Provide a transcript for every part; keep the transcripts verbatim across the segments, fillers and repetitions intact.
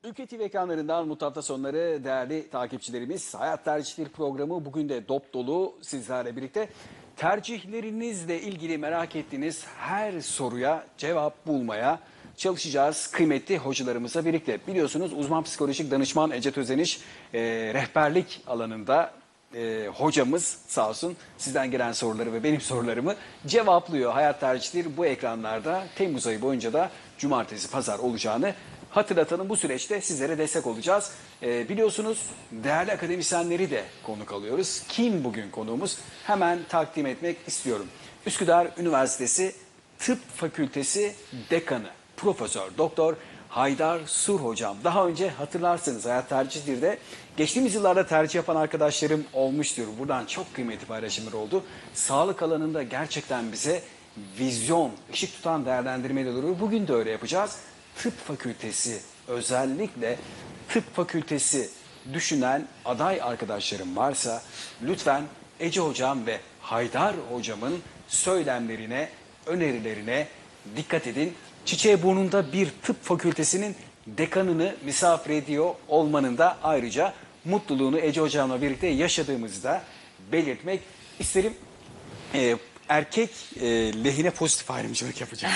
Ülke T V ekranlarından mutlu hafta sonları değerli takipçilerimiz. Hayat Tercihleri programı bugün de dop dolu sizlerle birlikte. Tercihlerinizle ilgili merak ettiğiniz her soruya cevap bulmaya çalışacağız kıymetli hocalarımızla birlikte. Biliyorsunuz uzman psikolojik danışman Ece Tözeniş e, rehberlik alanında e, hocamız sağ olsun sizden gelen soruları ve benim sorularımı cevaplıyor. Hayat Tercihleri bu ekranlarda Temmuz ayı boyunca da cumartesi pazar olacağını hatırlatalım. Bu süreçte sizlere destek olacağız. Ee, biliyorsunuz değerli akademisyenleri de konuk alıyoruz. Kim bugün konuğumuz? Hemen takdim etmek istiyorum. Üsküdar Üniversitesi Tıp Fakültesi Dekanı Profesör Doktor Haydar Sur Hocam. Daha önce hatırlarsınız Hayat Tercihler'de geçtiğimiz yıllarda tercih yapan arkadaşlarım olmuştur. Buradan çok kıymetli paylaşımlar oldu. Sağlık alanında gerçekten bize vizyon, ışık tutan değerlendirmeler oluyor. Bugün de öyle yapacağız. Tıp fakültesi, özellikle tıp fakültesi düşünen aday arkadaşlarım varsa lütfen Ece hocam ve Haydar hocamın söylemlerine, önerilerine dikkat edin. Çiçeğiburnunda bir tıp fakültesinin dekanını misafir ediyor olmanın da ayrıca mutluluğunu Ece hocamla birlikte yaşadığımızı da belirtmek isterim. Ee, erkek e, lehine pozitif ayrımcılık yapacağım.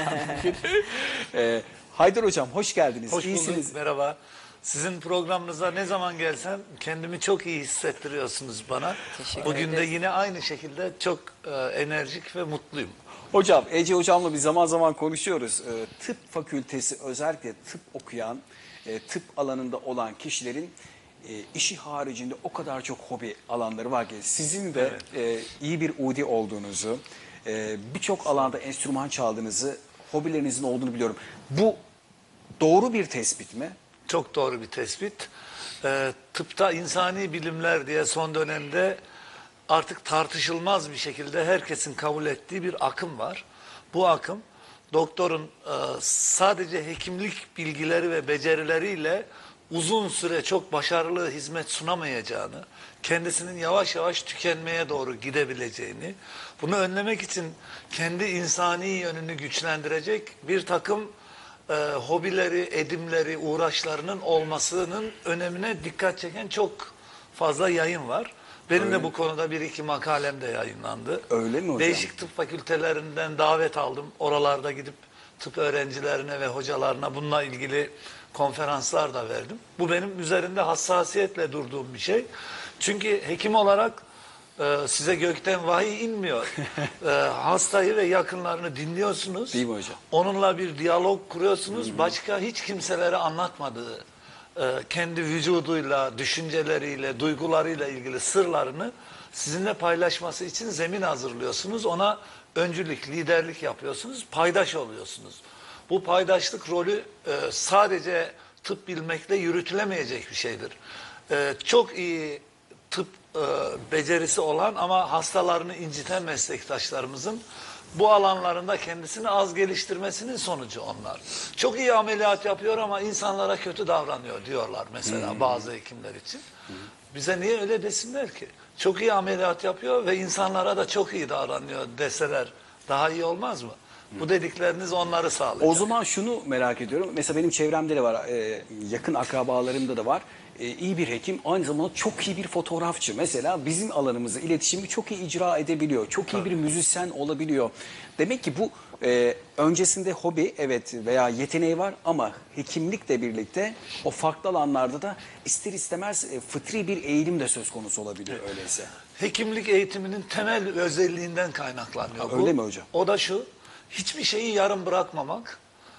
ee, Haydar hocam hoş geldiniz. Hoş İyisiniz. bulduk, merhaba. Sizin programınıza ne zaman gelsem kendimi çok iyi hissettiriyorsunuz bana. Teşekkür Bugün de ederiz. yine aynı şekilde çok e, enerjik ve mutluyum. Hocam Ece hocamla bir zaman zaman konuşuyoruz. Ee, tıp fakültesi özellikle tıp okuyan, e, tıp alanında olan kişilerin e, işi haricinde o kadar çok hobi alanları var ki sizin de e, iyi bir udi olduğunuzu, e, birçok alanda enstrüman çaldığınızı, hobilerinizin olduğunu biliyorum. Bu doğru bir tespit mi? Çok doğru bir tespit. E, tıpta insani bilimler diye son dönemde artık tartışılmaz bir şekilde herkesin kabul ettiği bir akım var. Bu akım doktorun e, sadece hekimlik bilgileri ve becerileriyle uzun süre çok başarılı hizmet sunamayacağını, kendisinin yavaş yavaş tükenmeye doğru gidebileceğini, bunu önlemek için kendi insani yönünü güçlendirecek bir takım e, hobileri, edimleri, uğraşlarının olmasının önemine dikkat çeken çok fazla yayın var. Benim Öyle de mi? bu konuda bir iki makalem de yayınlandı. Öyle mi hocam? Değişik tıp fakültelerinden davet aldım. Oralarda gidip tıp öğrencilerine ve hocalarına bununla ilgili konferanslar da verdim. Bu benim üzerinde hassasiyetle durduğum bir şey. Çünkü hekim olarak e, size gökten vahiy inmiyor. e, hastayı ve yakınlarını dinliyorsunuz. Değil mi hocam? Onunla bir diyalog kuruyorsunuz. Başka hiç kimselere anlatmadığı, e, kendi vücuduyla, düşünceleriyle, duygularıyla ilgili sırlarını sizinle paylaşması için zemin hazırlıyorsunuz. Ona öncülük, liderlik yapıyorsunuz, paydaş oluyorsunuz. Bu paydaşlık rolü e, sadece tıp bilmekle yürütülemeyecek bir şeydir. E, çok iyi tıp e, becerisi olan ama hastalarını inciten meslektaşlarımızın bu alanlarında kendisini az geliştirmesinin sonucu onlar. Çok iyi ameliyat yapıyor ama insanlara kötü davranıyor diyorlar mesela hmm. bazı hekimler için. Hmm. Bize niye öyle desinler ki? Çok iyi ameliyat yapıyor ve insanlara da çok iyi davranıyor deseler daha iyi olmaz mı? Bu dedikleriniz onları sağlayacak. O zaman şunu merak ediyorum. Mesela benim çevremde de var, e, yakın akrabalarımda da var. E, iyi bir hekim, aynı zamanda çok iyi bir fotoğrafçı. Mesela bizim alanımızı, iletişimi çok iyi icra edebiliyor. Çok iyi bir müzisyen olabiliyor. Demek ki bu e, öncesinde hobi, evet, veya yeteneği var ama hekimlikle birlikte o farklı alanlarda da ister istemez e, fıtri bir eğilim de söz konusu olabiliyor öyleyse. Hekimlik eğitiminin temel özelliğinden kaynaklanıyor. Ha, öyle bu. mi hocam? O da şu, hiçbir şeyi yarım bırakmamak.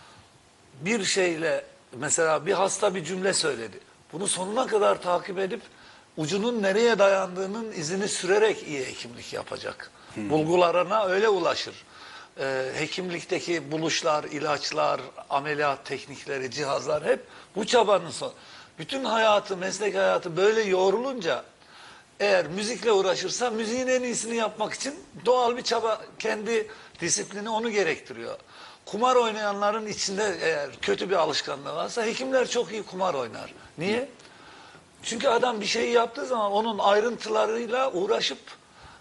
Bir şeyle, mesela bir hasta bir cümle söyledi. Bunu sonuna kadar takip edip ucunun nereye dayandığının izini sürerek iyi hekimlik yapacak. Hmm. Bulgularına öyle ulaşır. Ee, hekimlikteki buluşlar, ilaçlar, ameliyat teknikleri, cihazlar hep bu çabanın sonu. Bütün hayatı, meslek hayatı böyle yoğrulunca eğer müzikle uğraşırsa müziğin en iyisini yapmak için doğal bir çaba, kendi disiplini onu gerektiriyor. Kumar oynayanların içinde eğer kötü bir alışkanlığı varsa hekimler çok iyi kumar oynar. Niye? Çünkü adam bir şeyi yaptığı zaman onun ayrıntılarıyla uğraşıp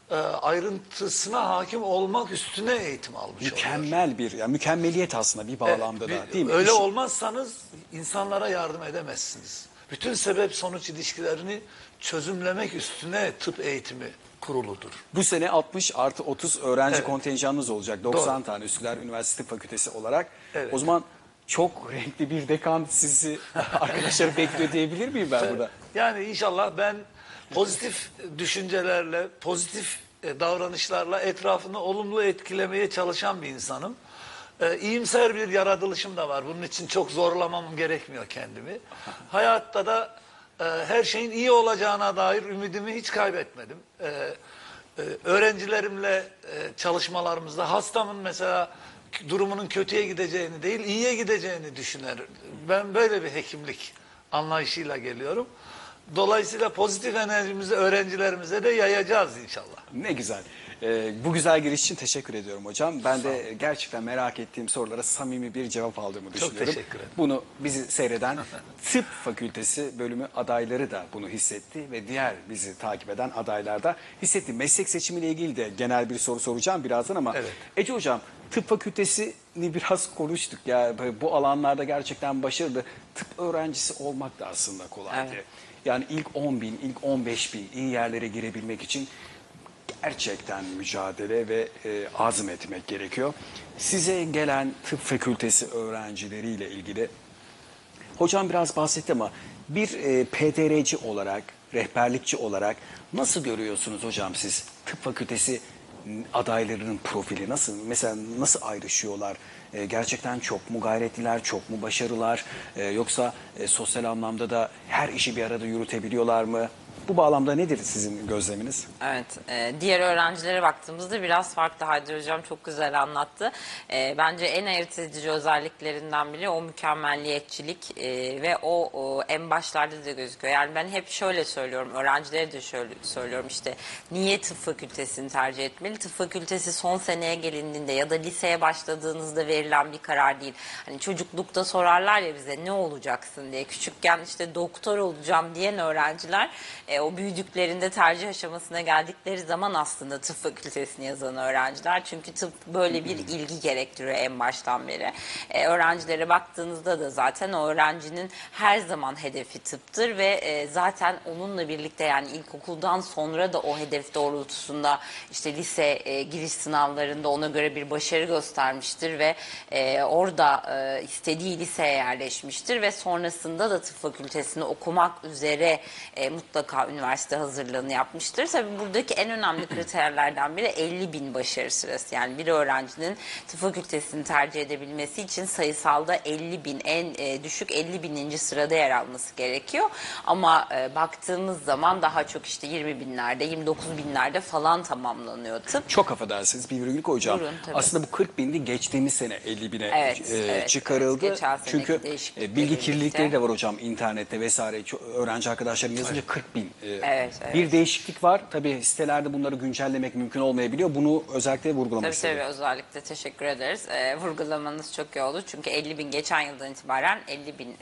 e, ayrıntısına hakim olmak üstüne eğitim almış oluyor. Mükemmel bir, yani mükemmeliyet aslında bir bağlamda Evet, da bir- değil mi? Öyle İş- olmazsanız insanlara yardım edemezsiniz. Bütün sebep sonuç ilişkilerini çözümlemek üstüne tıp eğitimi kuruludur. Bu sene altmış artı otuz öğrenci Evet. kontenjanınız olacak. doksan Doğru. tane Üsküdar Üniversitesi Tıp Fakültesi olarak. Evet. O zaman çok renkli bir dekan sizi arkadaşları bekliyor diyebilir miyim ben burada? Yani inşallah ben pozitif düşüncelerle, pozitif e, davranışlarla etrafını olumlu etkilemeye çalışan bir insanım. E, iyimser bir yaratılışım da var. Bunun için çok zorlamam gerekmiyor kendimi. Hayatta da e, her şeyin iyi olacağına dair ümidimi hiç kaybetmedim. E, e, öğrencilerimle e, çalışmalarımızda hastamın mesela durumunun kötüye gideceğini değil, iyiye gideceğini düşüner. Ben böyle bir hekimlik anlayışıyla geliyorum. Dolayısıyla pozitif enerjimizi öğrencilerimize de yayacağız inşallah. Ne güzel. Ee, bu güzel giriş için teşekkür ediyorum hocam. Ben de gerçekten merak ettiğim sorulara samimi bir cevap aldığımı düşünüyorum. teşekkür ederim. Bunu bizi seyreden Tıp Fakültesi bölümü adayları da bunu hissetti ve diğer bizi takip eden adaylar da hissetti. Meslek seçimiyle ilgili de genel bir soru soracağım birazdan ama Evet. Ece hocam, Tıp Fakültesini biraz konuştuk ya, bu alanlarda gerçekten başarılı. Tıp öğrencisi olmak da aslında kolay Evet. değil. Yani ilk on bin, ilk on beş bin iyi yerlere girebilmek için gerçekten mücadele ve e, azim etmek gerekiyor. Size gelen tıp fakültesi öğrencileriyle ilgili hocam biraz bahsetti ama bir e, P D R'ci olarak, rehberlikçi olarak nasıl görüyorsunuz hocam siz tıp fakültesi adaylarının profili nasıl? Mesela nasıl ayrışıyorlar? E, gerçekten çok mu gayretliler, çok mu başarılar? E, yoksa e, sosyal anlamda da her işi bir arada yürütebiliyorlar mı? Bu bağlamda nedir sizin gözleminiz? Evet, e, diğer öğrencilere baktığımızda biraz farklı. Haydar Hocam çok güzel anlattı. E, bence en ayırt edici özelliklerinden biri o mükemmelliyetçilik e, ve o, o en başlarda da gözüküyor. Yani ben hep şöyle söylüyorum, öğrencilere de şöyle söylüyorum işte niye tıp fakültesini tercih etmeli? Tıp fakültesi son seneye gelindiğinde ya da liseye başladığınızda verilen bir karar değil. Hani çocuklukta sorarlar ya bize ne olacaksın diye. Küçükken işte doktor olacağım diyen öğrenciler E, o büyüdüklerinde tercih aşamasına geldikleri zaman aslında tıp fakültesini yazan öğrenciler. Çünkü tıp böyle bir ilgi gerektiriyor en baştan beri. E, öğrencilere baktığınızda da zaten o öğrencinin her zaman hedefi tıptır ve e, zaten onunla birlikte yani ilkokuldan sonra da o hedef doğrultusunda işte lise e, giriş sınavlarında ona göre bir başarı göstermiştir ve e, orada e, istediği liseye yerleşmiştir ve sonrasında da tıp fakültesini okumak üzere e, mutlaka üniversite hazırlığını yapmıştır. Tabii buradaki en önemli kriterlerden biri elli bin başarı sırası. Yani bir öğrencinin tıp fakültesini tercih edebilmesi için sayısalda elli bin, en e, düşük elli bininci sırada yer alması gerekiyor. Ama e, baktığımız zaman daha çok işte yirmi binlerde, yirmi dokuz binlerde falan tamamlanıyor tıp. Çok affedersiniz bir virgül koyacağım. Buyurun, tabii. Aslında bu kırk bindi geçtiğimiz sene elli bine Evet, e, evet, çıkarıldı. evet. Geçen seneki Çünkü değişiklikle e, bilgi birlikte. kirlilikleri de var hocam internette vesaire. Çok, öğrenci arkadaşlarım yazınca kırk bin. E, Evet, evet. Bir değişiklik var. Tabii sitelerde bunları güncellemek mümkün olmayabiliyor. Bunu özellikle vurgulamak Tabii istedim. tabii özellikle teşekkür ederiz. Ee, vurgulamanız çok iyi oldu. Çünkü elli bin geçen yıldan itibaren elli bin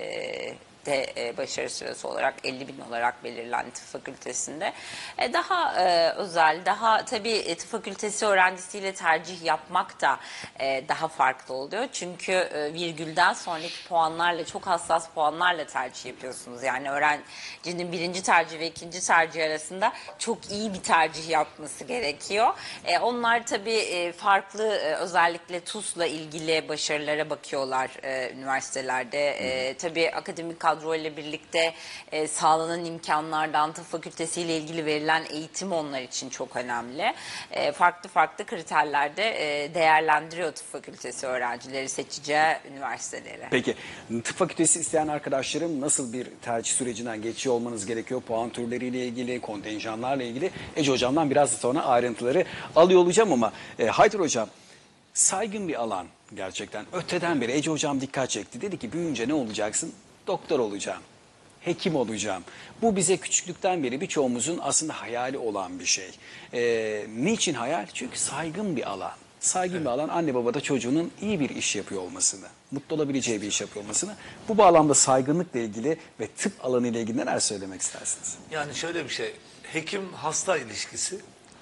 e, de e, başarı sırası olarak elli bin olarak belirlendi tıp fakültesinde. E, daha e, özel, daha tabii e, tıp fakültesi öğrencisiyle tercih yapmak da e, daha farklı oluyor. Çünkü e, virgülden sonraki puanlarla, çok hassas puanlarla tercih yapıyorsunuz. Yani öğrencinin birinci tercih ve ikinci tercih arasında çok iyi bir tercih yapması gerekiyor. E, onlar tabii e, farklı e, özellikle TUS'la ilgili başarılara bakıyorlar e, üniversitelerde. E, tabii akademik kadroyla birlikte e, sağlanan imkanlardan, tıp fakültesiyle ilgili verilen eğitim onlar için çok önemli. E, farklı farklı kriterlerde e, değerlendiriyor tıp fakültesi öğrencileri seçeceği üniversiteleri. Peki tıp fakültesi isteyen arkadaşlarım nasıl bir tercih sürecinden geçiyor olmanız gerekiyor? Puan türleriyle ilgili, kontenjanlarla ilgili. Ece hocamdan biraz sonra ayrıntıları alıyor olacağım ama e, Haydar hocam saygın bir alan gerçekten. Öteden beri Ece hocam dikkat çekti. Dedi ki büyüyünce ne olacaksın? Doktor olacağım. Hekim olacağım. Bu bize küçüklükten beri birçoğumuzun aslında hayali olan bir şey. Ee, niçin hayal? Çünkü saygın bir alan. Saygın evet. bir alan anne baba da çocuğunun iyi bir iş yapıyor olmasını, mutlu olabileceği bir iş yapıyor olmasını. Bu bağlamda saygınlıkla ilgili ve tıp alanı ile ilgili neler söylemek istersiniz? Yani şöyle bir şey, hekim hasta ilişkisi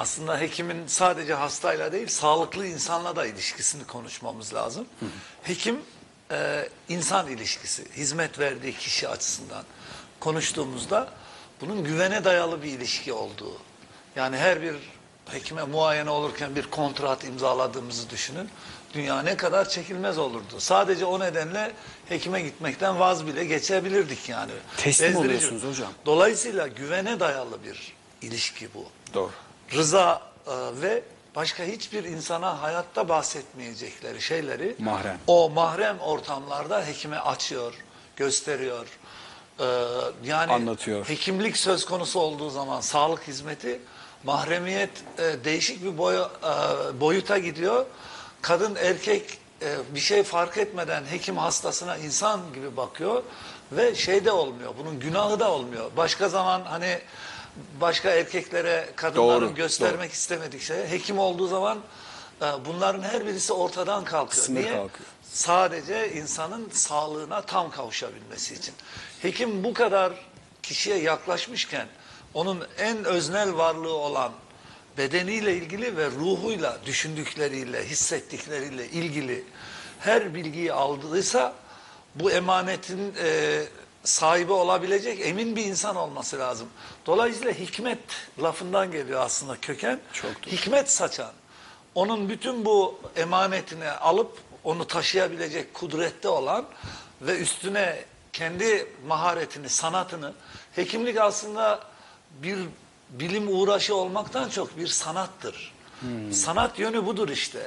aslında hekimin sadece hastayla değil, sağlıklı insanla da ilişkisini konuşmamız lazım. Hı. Hekim e, insan ilişkisi, hizmet verdiği kişi açısından konuştuğumuzda bunun güvene dayalı bir ilişki olduğu. Yani her bir hekime muayene olurken bir kontrat imzaladığımızı düşünün. Dünya ne kadar çekilmez olurdu. Sadece o nedenle hekime gitmekten vaz bile geçebilirdik yani. Teslim Bezdirici. oluyorsunuz hocam. Dolayısıyla güvene dayalı bir ilişki bu. Doğru. Rıza e, ve başka hiçbir insana hayatta bahsetmeyecekleri şeyleri Mahrem. o mahrem ortamlarda hekime açıyor, gösteriyor. E, yani Anlatıyor. hekimlik söz konusu olduğu zaman sağlık hizmeti mahremiyet e, değişik bir boy, e, boyuta gidiyor. Kadın erkek e, bir şey fark etmeden hekim hastasına insan gibi bakıyor ve şey de olmuyor. Bunun günahı da olmuyor. Başka zaman hani başka erkeklere kadınların Doğru, göstermek doğru. istemedik şey. Hekim olduğu zaman e, bunların her birisi ortadan kalkıyor. Sınır Niye? kalkıyor. Sadece insanın sağlığına tam kavuşabilmesi için. Hekim bu kadar kişiye yaklaşmışken onun en öznel varlığı olan bedeniyle ilgili ve ruhuyla, düşündükleriyle, hissettikleriyle ilgili her bilgiyi aldıysa bu emanetin e, sahibi olabilecek emin bir insan olması lazım. Dolayısıyla hikmet lafından geliyor aslında köken. Çok doğru. Hikmet saçan, onun bütün bu emanetini alıp onu taşıyabilecek kudrette olan ve üstüne kendi maharetini, sanatını, hekimlik aslında bir bilim uğraşı olmaktan çok bir sanattır. Hmm. Sanat yönü budur işte.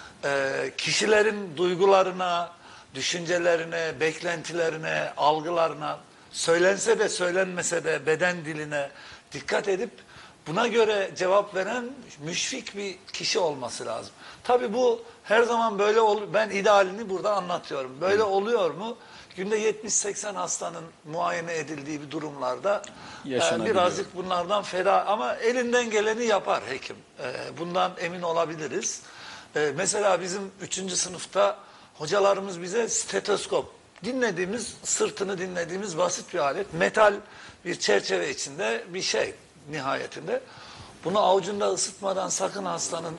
Ee, kişilerin duygularına, düşüncelerine, beklentilerine, algılarına, söylense de söylenmese de beden diline dikkat edip buna göre cevap veren müşfik bir kişi olması lazım. Tabii bu her zaman böyle oluyor. Ben idealini burada anlatıyorum. Böyle hmm. oluyor mu? Günde yetmiş seksen hastanın muayene edildiği bir durumlarda e, birazcık bunlardan feda ama elinden geleni yapar hekim. E, bundan emin olabiliriz. E, mesela bizim üçüncü sınıfta hocalarımız bize stetoskop, dinlediğimiz, sırtını dinlediğimiz basit bir alet. Metal bir çerçeve içinde bir şey nihayetinde. Bunu avucunda ısıtmadan sakın hastanın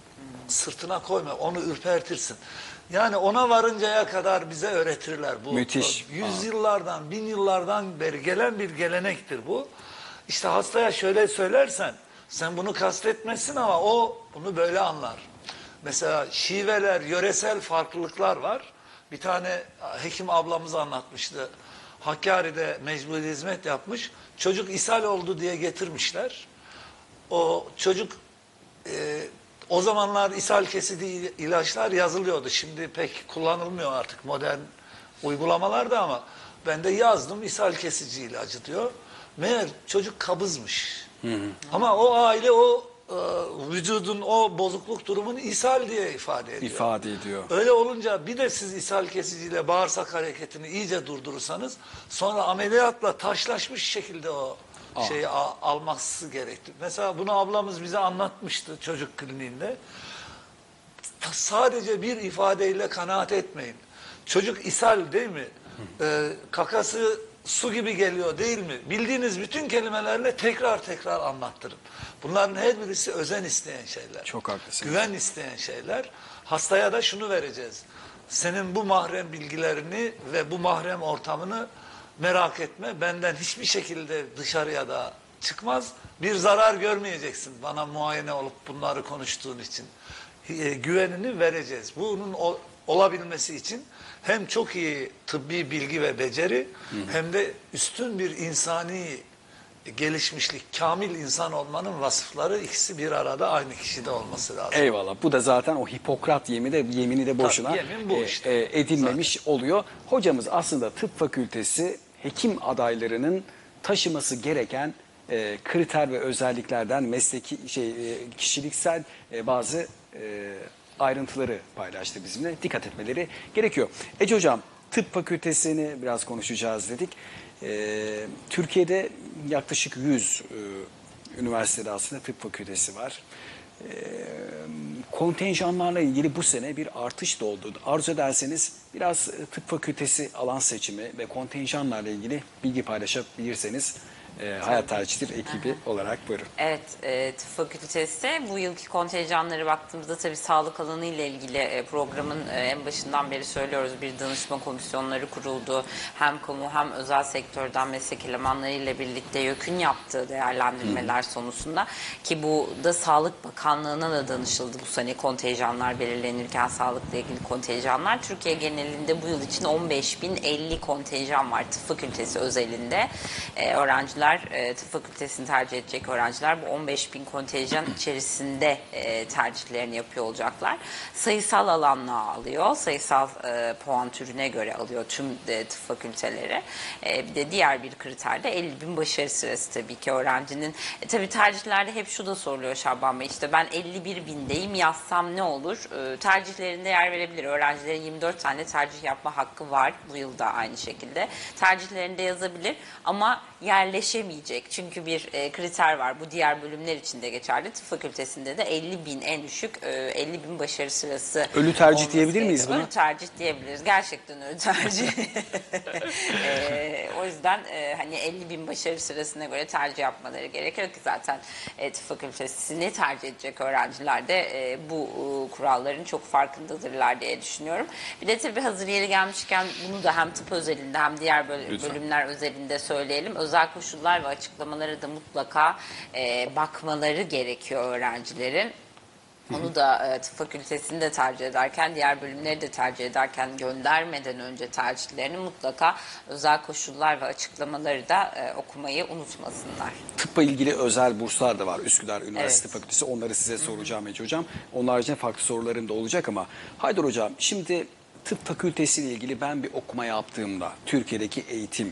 sırtına koyma, onu ürpertirsin. Yani ona varıncaya kadar bize öğretirler bu. Müthiş. Yüzyıllardan, bin yıllardan beri gelen bir gelenektir bu. İşte hastaya şöyle söylersen, sen bunu kastetmezsin ama o bunu böyle anlar. Mesela şiveler, yöresel farklılıklar var. Bir tane hekim ablamız anlatmıştı. Hakkari'de mecburi hizmet yapmış. Çocuk ishal oldu diye getirmişler. O çocuk... E, O zamanlar ishal kesici ilaçlar yazılıyordu. Şimdi pek kullanılmıyor artık modern uygulamalarda ama ben de yazdım ishal kesici ilacı diyor. Meğer çocuk kabızmış. Hı hı. Ama o aile o e, vücudun o bozukluk durumunu ishal diye ifade ediyor. İfade ediyor. Öyle olunca bir de siz ishal kesiciyle bağırsak hareketini iyice durdurursanız sonra ameliyatla taşlaşmış şekilde o şeyi al, alması gerekti. Mesela bunu ablamız bize anlatmıştı çocuk kliniğinde. Sadece bir ifadeyle kanaat etmeyin. Çocuk ishal değil mi? Ee, kakası su gibi geliyor değil mi? Bildiğiniz bütün kelimelerle tekrar tekrar anlattırın. Bunların her birisi özen isteyen şeyler. Çok haklısınız. Güven isteyen şeyler. Hastaya da şunu vereceğiz. Senin bu mahrem bilgilerini ve bu mahrem ortamını merak etme, benden hiçbir şekilde dışarıya da çıkmaz. Bir zarar görmeyeceksin bana muayene olup bunları konuştuğun için. E, güvenini vereceğiz. Bunun o, olabilmesi için hem çok iyi tıbbi bilgi ve beceri hı hı. hem de üstün bir insani gelişmişlik, kamil insan olmanın vasıfları ikisi bir arada aynı kişide olması lazım. Eyvallah. Bu da zaten o Hipokrat yemini de, yemini de boşuna Tabii, yemin bu işte. e, e, edilmemiş zaten oluyor. Hocamız aslında tıp fakültesi hekim adaylarının taşıması gereken e, kriter ve özelliklerden mesleki şey e, kişiliksel e, bazı e, ayrıntıları paylaştı bizimle. Dikkat etmeleri gerekiyor. Ece hocam, tıp fakültesini biraz konuşacağız dedik. E, Türkiye'de yaklaşık yüz e, üniversitede aslında tıp fakültesi var. E, kontenjanlarla ilgili bu sene bir artış da oldu. Arzu ederseniz biraz tıp fakültesi alan seçimi ve kontenjanlarla ilgili bilgi paylaşabilirseniz e, Hayat Tercihleri ekibi olarak buyurun. Evet, e, tıp fakültesi bu yılki kontenjanlara baktığımızda tabii sağlık alanı ile ilgili e, programın e, en başından beri söylüyoruz, bir danışma komisyonları kuruldu. Hem kamu hem özel sektörden meslek elemanları ile birlikte YÖK'ün yaptığı değerlendirmeler sonucunda, ki bu da Sağlık Bakanlığı'na da danışıldı bu sene kontenjanlar belirlenirken, sağlıkla ilgili kontenjanlar. Türkiye genelinde bu yıl için on beş bin elli kontenjan var tıp fakültesi özelinde. E, öğrenciler, e, tıp fakültesini tercih edecek öğrenciler bu on beş bin kontenjan içerisinde e, tercihlerini yapıyor olacaklar. Sayısal alanla alıyor, sayısal e, puan türüne göre alıyor tüm e, tıp fakülteleri. E, bir de diğer bir kriter de elli bin başarı sırası tabii ki öğrencinin. E, tabii tercihlerde hep şu da soruluyor Şaban Bey, işte ben elli bir bindeyim, yazsam ne olur? E, tercihlerinde yer verebilir. Öğrencilerin yirmi dört tane tercih yapma hakkı var bu yılda aynı şekilde. Tercihlerinde yazabilir ama yerleşemeyecek. Çünkü bir e, kriter var. Bu diğer bölümler için de geçerli. Tıp fakültesinde de elli bin en düşük e, elli bin başarı sırası. Ölü tercih olması diyebilir miyiz gerekiyor. buna? Ölü tercih diyebiliriz. Gerçekten ölü tercih. e, o yüzden e, hani elli bin başarı sırasına göre tercih yapmaları gerekiyor ki zaten e, tıp fakültesini tercih edecek öğrenciler de e, bu e, kuralların çok farkındadırlar diye düşünüyorum. Bir de tabii hazır yeri gelmişken bunu da hem tıp özelinde hem diğer böl- Lütfen. bölümler özelinde söyleyelim. Özel koşullar ve açıklamalara da mutlaka e, bakmaları gerekiyor öğrencilerin. Onu da e, tıp fakültesini de tercih ederken, diğer bölümleri de tercih ederken göndermeden önce tercihlerini mutlaka özel koşullar ve açıklamaları da e, okumayı unutmasınlar. Tıpla ilgili özel burslar da var Üsküdar Üniversitesi Evet. Fakültesi. Onları size soracağım Ece Hocam. Onun haricinde farklı sorularım da olacak ama Haydar Hocam, şimdi tıp fakültesi ile ilgili ben bir okuma yaptığımda Türkiye'deki eğitim,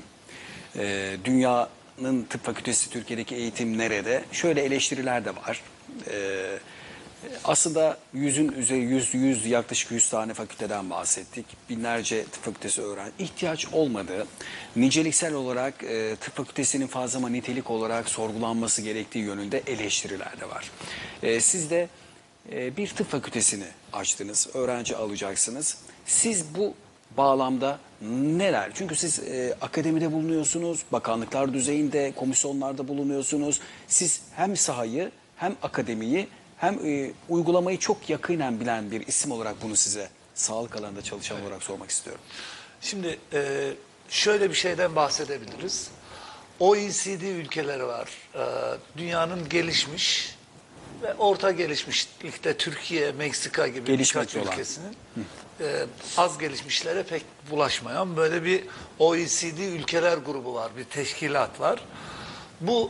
e, dünyanın tıp fakültesi, Türkiye'deki eğitim nerede? Şöyle eleştiriler de var. E, Aslında yüzün üzeri yüz, yüz yaklaşık yüz tane fakülteden bahsettik. Binlerce tıp fakültesi öğrenci. İhtiyaç olmadığı, niceliksel olarak e, tıp fakültesinin fazla ama nitelik olarak sorgulanması gerektiği yönünde eleştiriler de var. E, siz de e, bir tıp fakültesini açtınız, öğrenci alacaksınız. Siz bu bağlamda neler? Çünkü siz e, akademide bulunuyorsunuz, bakanlıklar düzeyinde, komisyonlarda bulunuyorsunuz. Siz hem sahayı hem akademiyi hem e, uygulamayı çok yakinen bilen bir isim olarak bunu size sağlık alanında çalışan olarak sormak istiyorum. Şimdi e, şöyle bir şeyden bahsedebiliriz. O E C D ülkeleri var. E, dünyanın gelişmiş ve orta gelişmişlikte Türkiye, Meksika gibi Gelişmekte birkaç olan. ülkesinin e, az gelişmişlere pek bulaşmayan böyle bir O E C D ülkeler grubu var, bir teşkilat var. Bu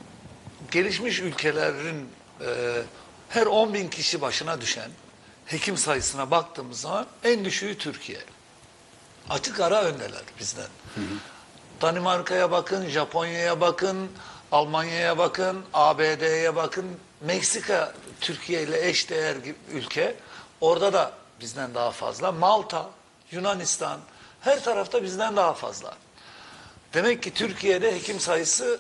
gelişmiş ülkelerin e, her on bin kişi başına düşen hekim sayısına baktığımız zaman en düşüğü Türkiye. Açık ara öndeler bizden. Hı hı. Danimarka'ya bakın, Japonya'ya bakın, Almanya'ya bakın, A B D'ye bakın. Meksika Türkiye ile eşdeğer ülke. Orada da bizden daha fazla. Malta, Yunanistan, her tarafta bizden daha fazla. Demek ki Türkiye'de hekim sayısı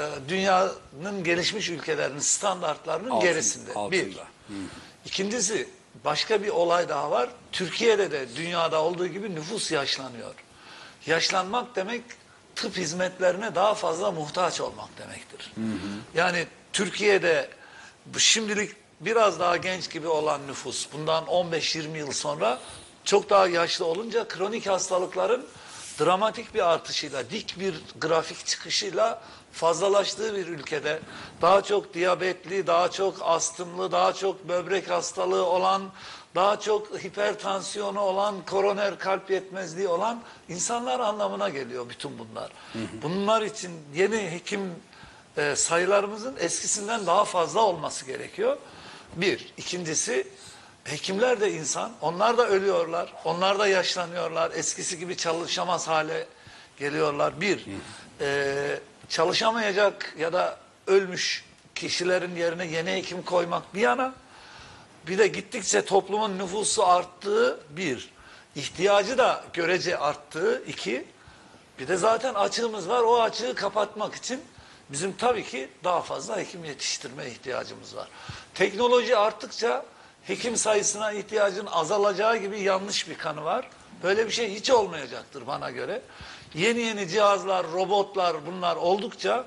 dünyanın gelişmiş ülkelerinin standartlarının Altın, gerisinde. altında. Bir. Hı. İkincisi, başka bir olay daha var. Türkiye'de de dünyada olduğu gibi nüfus yaşlanıyor. Yaşlanmak demek tıp hizmetlerine daha fazla muhtaç olmak demektir. Hı hı. Yani Türkiye'de şimdilik biraz daha genç gibi olan nüfus bundan on beş yirmi yıl sonra çok daha yaşlı olunca kronik hastalıkların dramatik bir artışıyla, dik bir grafik çıkışıyla fazlalaştığı bir ülkede daha çok diyabetli, daha çok astımlı, daha çok böbrek hastalığı olan, daha çok hipertansiyonu olan, koroner kalp yetmezliği olan insanlar anlamına geliyor bütün bunlar. Hı hı. Bunlar için yeni hekim e, sayılarımızın eskisinden daha fazla olması gerekiyor. Bir. İkincisi, hekimler de insan, onlar da ölüyorlar, onlar da yaşlanıyorlar, eskisi gibi çalışamaz hale geliyorlar. Bir. E, çalışamayacak ya da ölmüş kişilerin yerine yeni hekim koymak bir yana, bir de gittikçe toplumun nüfusu arttığı bir, ihtiyacı da görece arttığı iki, bir de zaten açığımız var, o açığı kapatmak için bizim tabii ki daha fazla hekim yetiştirme ihtiyacımız var. Teknoloji arttıkça hekim sayısına ihtiyacın azalacağı gibi yanlış bir kanı var. Böyle bir şey hiç olmayacaktır bana göre. Yeni yeni cihazlar, robotlar bunlar oldukça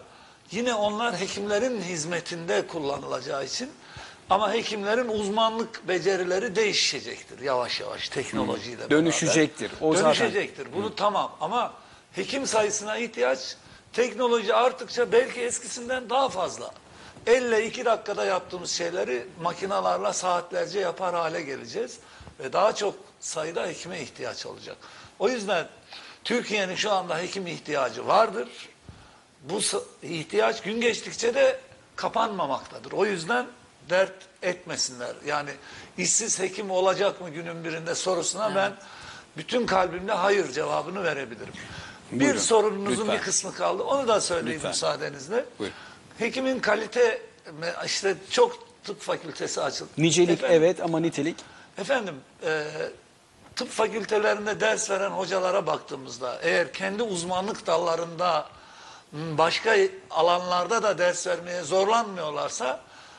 Yine onlar hekimlerin hizmetinde kullanılacağı için, ama hekimlerin uzmanlık becerileri değişecektir yavaş yavaş teknolojiyle beraber. Dönüşecektir. O zaten- Dönüşecektir. Bunu Hı. tamam, ama hekim sayısına ihtiyaç teknoloji arttıkça belki eskisinden daha fazla. Elle iki dakikada yaptığımız şeyleri makinalarla saatlerce yapar hale geleceğiz ve daha çok sayıda hekime ihtiyaç olacak. O yüzden Türkiye'nin şu anda hekim ihtiyacı vardır. Bu ihtiyaç gün geçtikçe de kapanmamaktadır. O yüzden dert etmesinler. Yani işsiz hekim olacak mı günün birinde sorusuna evet. ben bütün kalbimle hayır cevabını verebilirim. Buyurun. Bir sorununuzun Lütfen. bir kısmı kaldı. Onu da söyleyeyim Lütfen. müsaadenizle. Buyurun. Hekimin kalite, işte çok tıp fakültesi açıldı. Nicelik efendim, evet ama nitelik. Efendim e, tıp fakültelerinde ders veren hocalara baktığımızda, eğer kendi uzmanlık dallarında başka alanlarda da ders vermeye zorlanmıyorlarsa,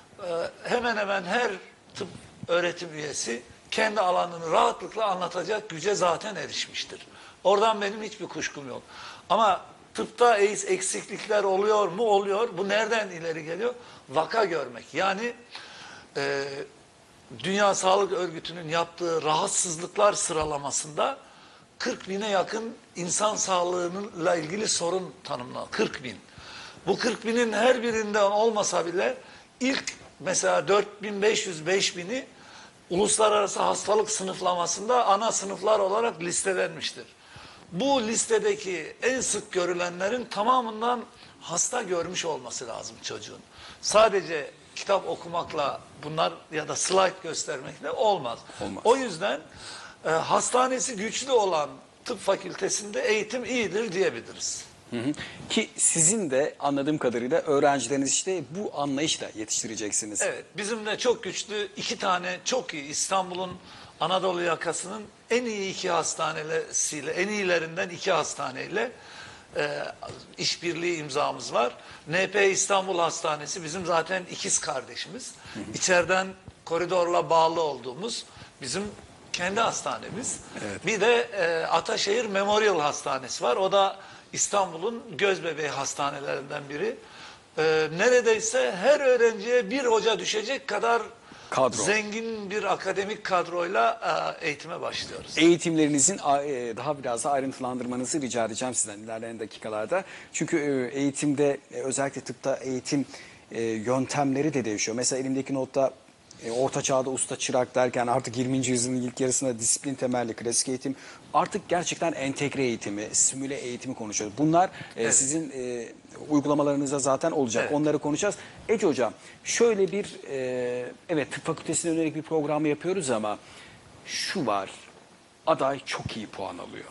hemen hemen her tıp öğretim üyesi kendi alanını rahatlıkla anlatacak güce zaten erişmiştir. Oradan benim hiçbir kuşkum yok. Ama tıpta eksiklikler oluyor mu? Oluyor. Bu nereden ileri geliyor? Vaka görmek. Yani e, Dünya Sağlık Örgütü'nün yaptığı rahatsızlıklar sıralamasında kırk bine yakın insan sağlığıyla ilgili sorun tanımlandı. kırk bin. Bu kırk binin her birinden olmasa bile ilk mesela dört bin beş yüz beş bini uluslararası hastalık sınıflamasında ana sınıflar olarak listelenmiştir. Bu listedeki en sık görülenlerin tamamından hasta görmüş olması lazım çocuğun. Sadece kitap okumakla bunlar ya da slide göstermekle olmaz. Olmaz. O yüzden e, hastanesi güçlü olan tıp fakültesinde eğitim iyidir diyebiliriz. Hı hı. Ki sizin de anladığım kadarıyla öğrencileriniz işte bu anlayışla yetiştireceksiniz. Evet, bizim de çok güçlü iki tane çok iyi İstanbul'un Anadolu yakasının en iyi iki hastanesiyle, en iyilerinden iki hastaneyle e, işbirliği imzamız var. N P İstanbul Hastanesi bizim zaten ikiz kardeşimiz. Hı hı. İçeriden koridorla bağlı olduğumuz bizim kendi hastanemiz. Evet. Bir de e, Ataşehir Memorial Hastanesi var. O da İstanbul'un gözbebeği hastanelerinden biri. Ee, neredeyse her öğrenciye bir hoca düşecek kadar kadro. Zengin bir akademik kadroyla e, eğitime başlıyoruz. Eğitimlerinizin e, daha biraz da ayrıntılandırmanızı rica edeceğim sizden ilerleyen dakikalarda. Çünkü e, eğitimde e, özellikle tıpta eğitim e, yöntemleri de değişiyor. Mesela elimdeki notta E, Orta Çağ'da usta çırak derken artık yirminci yüzyılın ilk yarısında disiplin temelli klasik eğitim, artık gerçekten entegre eğitimi, simüle eğitimi konuşuyoruz. Bunlar e, evet. sizin e, uygulamalarınızda zaten olacak. Evet. Onları konuşacağız. Ece Hocam, şöyle bir e, evet tıp fakültesine yönelik bir program yapıyoruz ama şu var, aday çok iyi puan alıyor.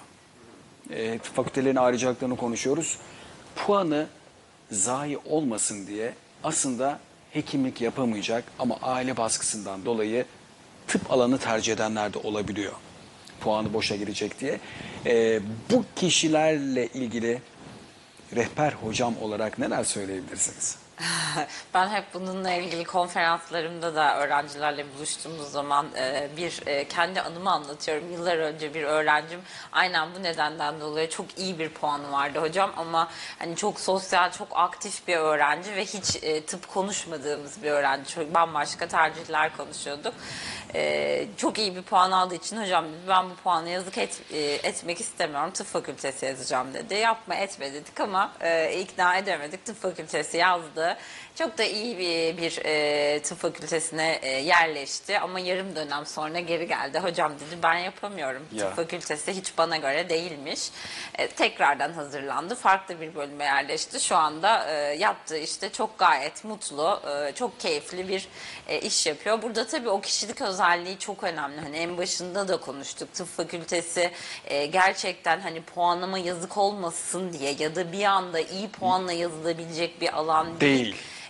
E, tıp fakültelerinin ayrıcalıklarını konuşuyoruz. Puanı zayi olmasın diye aslında hekimlik yapamayacak ama aile baskısından dolayı tıp alanı tercih edenler de olabiliyor. Puanı boşa girecek diye. Ee, bu kişilerle ilgili rehber hocam olarak neler söyleyebilirsiniz? Ben hep bununla ilgili konferanslarımda da öğrencilerle buluştuğumuz zaman e, bir e, kendi anımı anlatıyorum. Yıllar önce bir öğrencim aynen bu nedenden dolayı çok iyi bir puanı vardı hocam ama hani çok sosyal, çok aktif bir öğrenci ve hiç e, tıp konuşmadığımız bir öğrenci. Çok bambaşka tercihler konuşuyorduk. E, çok iyi bir puan aldığı için hocam ben bu puanı yazık et, e, etmek istemiyorum. Tıp fakültesi yazacağım dedi. Yapma etme dedik ama e, ikna edemedik. Tıp fakültesi yazdı. Çok da iyi bir, bir e, tıp fakültesine e, yerleşti ama yarım dönem sonra geri geldi. Hocam dedi ben yapamıyorum. Ya. Tıp fakültesi hiç bana göre değilmiş. E, tekrardan hazırlandı. Farklı bir bölüme yerleşti. Şu anda e, yaptığı işte çok gayet mutlu, e, çok keyifli bir e, iş yapıyor. Burada tabii o kişilik özelliği çok önemli. Hani en başında da konuştuk. Tıp fakültesi e, gerçekten hani puanıma yazık olmasın diye ya da bir anda iyi puanla yazılabilecek bir alan değil. Değil.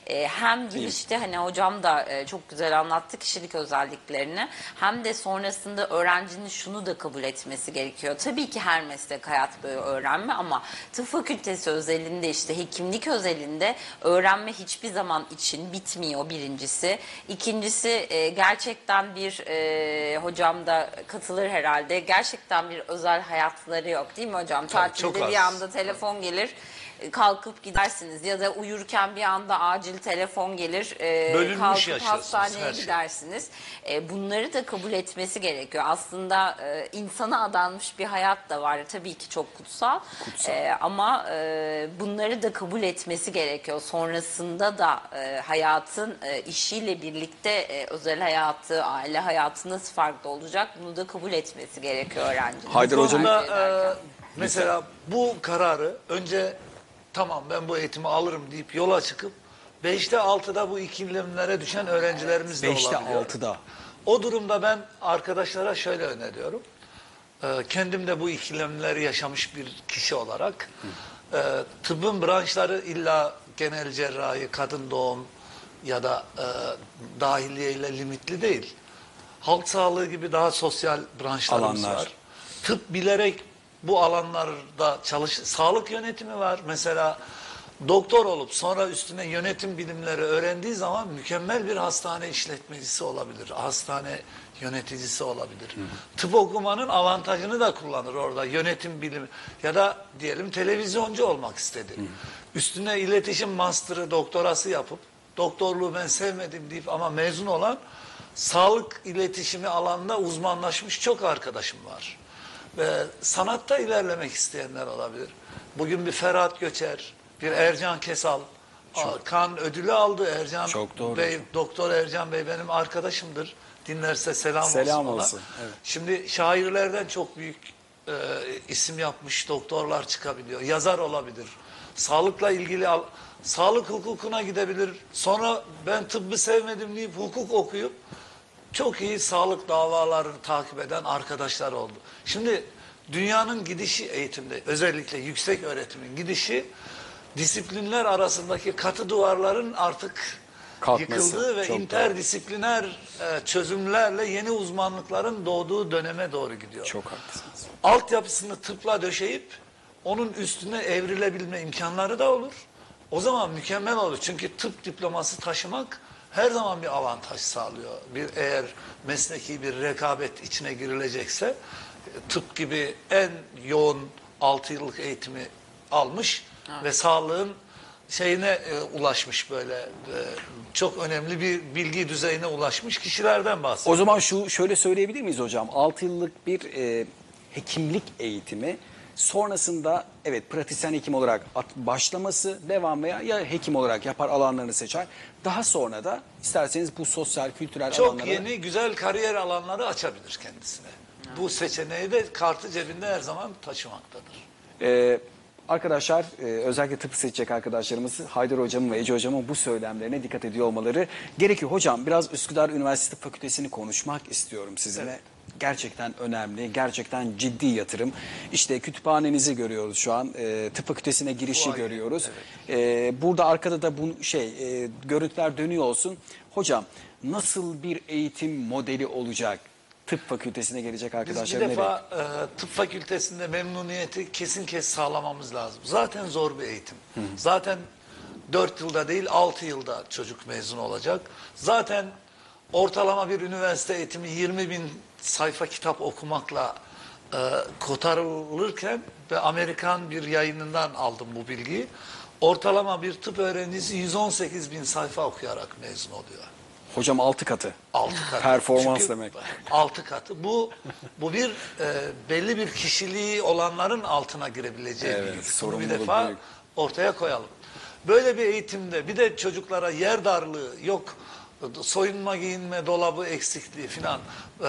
e, hem girişte hani hocam da e, çok güzel anlattı kişilik özelliklerini, hem de sonrasında öğrencinin şunu da kabul etmesi gerekiyor. Tabii ki her meslek hayat boyu öğrenme, ama tıp fakültesi özelinde, işte hekimlik özelinde öğrenme hiçbir zaman için bitmiyor birincisi. İkincisi e, gerçekten bir e, hocam da katılır herhalde, gerçekten bir özel hayatları yok değil mi hocam? Tabii, çok Tatilde az. bir anda telefon gelir, kalkıp gidersiniz, ya da uyurken bir anda acil telefon gelir, e, Bölünmüş kalkıp yaşıyorsunuz hastaneye her şey. gidersiniz. E, bunları da kabul etmesi gerekiyor. Aslında e, insana adanmış bir hayat da var. Tabii ki çok kutsal. Kutsal. E, ama e, bunları da kabul etmesi gerekiyor. Sonrasında da e, hayatın e, işiyle birlikte e, özel hayatı, aile hayatı nasıl farklı olacak? Bunu da kabul etmesi gerekiyor öğrencinin. Haydar Bu hocam- konuda, Tercih ederken. e, mesela bu kararı önce tamam ben bu eğitimi alırım deyip yola çıkıp beşte altıda bu ikilemlere düşen öğrencilerimiz de beşte olabiliyor. altıda. O durumda ben arkadaşlara şöyle öneriyorum. Ee, kendim de bu ikilemleri yaşamış bir kişi olarak e, tıbbın branşları illa genel cerrahi, kadın doğum ya da e, dahiliye ile limitli değil. Halk sağlığı gibi daha sosyal branşlarımız Alanlar. var. Tıp bilerek bu alanlarda çalış, sağlık yönetimi var. Mesela doktor olup sonra üstüne yönetim bilimleri öğrendiği zaman mükemmel bir hastane işletmecisi olabilir. Hastane yöneticisi olabilir. Hı hı. Tıp okumanın avantajını da kullanır orada. Yönetim bilimi ya da diyelim televizyoncu olmak istedi. Hı hı. Üstüne iletişim master'ı, doktorası yapıp doktorluğu ben sevmedim deyip ama mezun olan sağlık iletişimi alanında uzmanlaşmış çok arkadaşım var. Ve sanatta ilerlemek isteyenler olabilir. Bugün bir Ferhat Göçer, bir Ercan Kesal, Çok. Kan ödülü aldı Ercan Çok doğru. Bey, Doktor Ercan Bey benim arkadaşımdır. Dinlerse selam, Selam olsun ona. olsun, evet. Şimdi şairlerden çok büyük e, isim yapmış doktorlar çıkabiliyor. Yazar olabilir. Sağlıkla ilgili al, sağlık hukukuna gidebilir. Sonra ben tıbbı sevmedim deyip hukuk okuyup çok iyi sağlık davalarını takip eden arkadaşlar oldu. Şimdi dünyanın gidişi eğitimde, özellikle yüksek öğretimin gidişi, disiplinler arasındaki katı duvarların artık Kalkması, yıkıldığı ve çok interdisipliner e, çözümlerle yeni uzmanlıkların doğduğu döneme doğru gidiyor. Çok haklısınız. Altyapısını tıpla döşeyip onun üstüne evrilebilme imkanları da olur. O zaman mükemmel olur. Çünkü tıp diploması taşımak her zaman bir avantaj sağlıyor. Bir eğer mesleki bir rekabet içine girilecekse tıp gibi en yoğun altı yıllık eğitimi almış ve sağlığın şeyine e, ulaşmış böyle e, çok önemli bir bilgi düzeyine ulaşmış kişilerden bahsediyoruz. O zaman şu şöyle söyleyebilir miyiz hocam? altı yıllık bir e, hekimlik eğitimi, sonrasında evet pratisyen hekim olarak at, başlaması, devam veya ya hekim olarak yapar, alanlarını seçer. Daha sonra da isterseniz bu sosyal, kültürel Çok alanlara... yeni güzel kariyer alanları açabilir kendisine. Bu seçeneği de kartı cebinde her zaman taşımaktadır. Ee, arkadaşlar, e, özellikle tıp seçecek arkadaşlarımız Haydar Hocam'ın ve Ece Hocam'ın bu söylemlerine dikkat ediyor olmaları gerekiyor. Hocam biraz Üsküdar Üniversitesi Tıp Fakültesi'ni konuşmak istiyorum sizinle. Evet. Gerçekten önemli, gerçekten ciddi yatırım. İşte kütüphanenizi görüyoruz şu an, e, tıp fakültesine girişi Vay, görüyoruz. E, burada arkada da bu şey e, görüntüler dönüyor olsun. Hocam nasıl bir eğitim modeli olacak? Tıp fakültesine gelecek Biz arkadaşlar bir ne defa e, tıp fakültesinde memnuniyeti kesin kes sağlamamız lazım. Zaten zor bir eğitim. Hı hı. Zaten dört yılda değil altı yılda çocuk mezun olacak. Zaten ortalama bir üniversite eğitimi yirmi bin sayfa kitap okumakla e, kotarılırken ve Amerikan bir yayınından aldım bu bilgiyi. Ortalama bir tıp öğrencisi yüz on sekiz bin sayfa okuyarak mezun oluyor. Hocam altı katı. Altı katı. Performans Çünkü demek. Altı katı. Bu bu bir e, belli bir kişiliği olanların altına girebileceği Evet, bir yük. Bunu bir sorumluluk defa büyük. ortaya koyalım. Böyle bir eğitimde bir de çocuklara yer darlığı yok, soyunma giyinme dolabı eksikliği filan, e,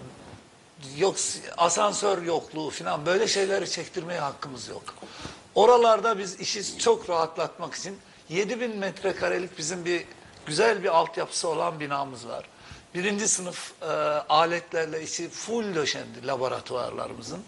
yok asansör yokluğu filan böyle şeyleri çektirmeye hakkımız yok. Oralarda biz işi çok rahatlatmak için yedi bin metrekarelik bizim bir güzel bir altyapısı olan binamız var. Birinci sınıf e, aletlerle içi full döşendi laboratuvarlarımızın.